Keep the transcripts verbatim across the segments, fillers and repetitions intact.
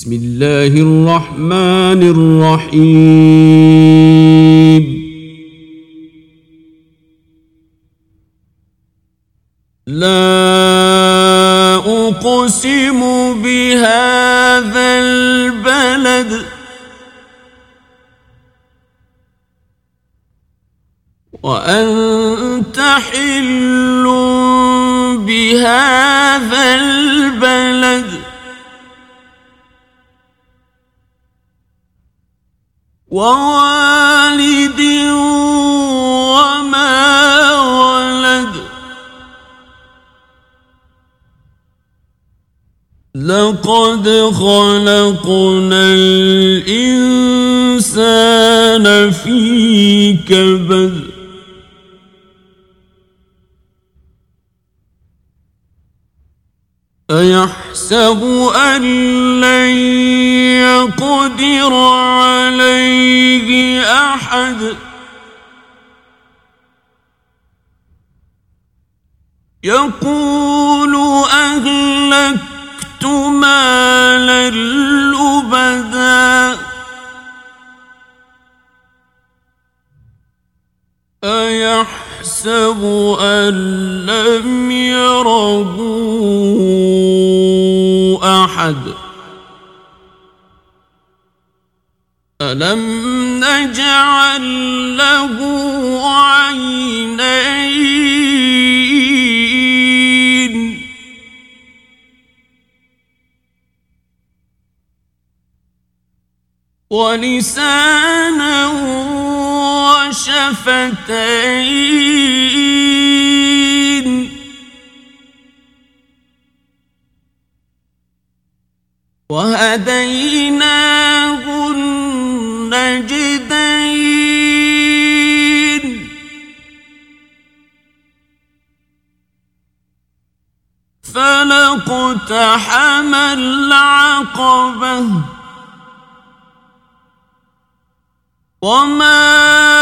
بسم الله الرحمن الرحيم لا أقسم بهذا البلد وأنت حل بهذا البلد ووالد وما ولد لقد خلقنا الإنسان في كبد أيحسب أن لن يقدر عليه أحد يقول أهلكت مالا لبدا أيحسب أن لم يره أحد ألم نجعل له عينين ولسانا وشفتين وهديناه النجدين فلا اقتحم العقبة وما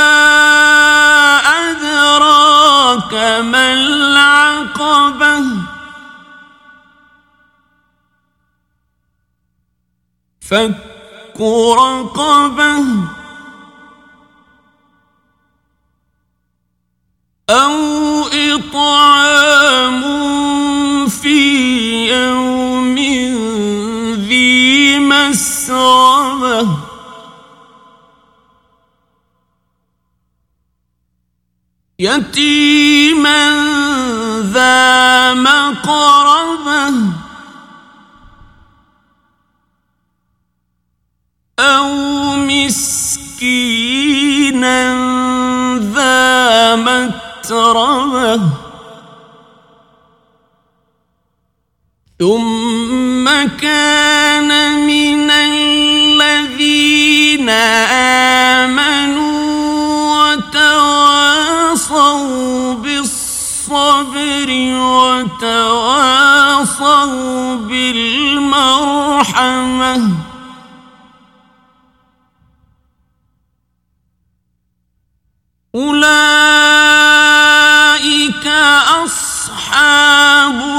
أدراك ما العقبة فك رقبة أو إطعام في يوم ذي مسغبة يتيما ذا مقربة أو مسكينا ذا متربة ثم كان من الذين آمنوا وتواصوا بالصبر وتواصوا بالمرحمة أولئك أصحاب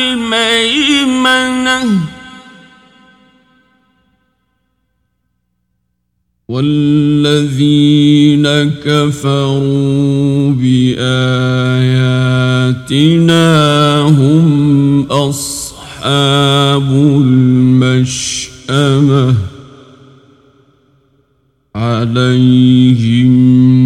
الميمنة والذين كفروا بآياتنا هم أصحاب المشأمة عليهم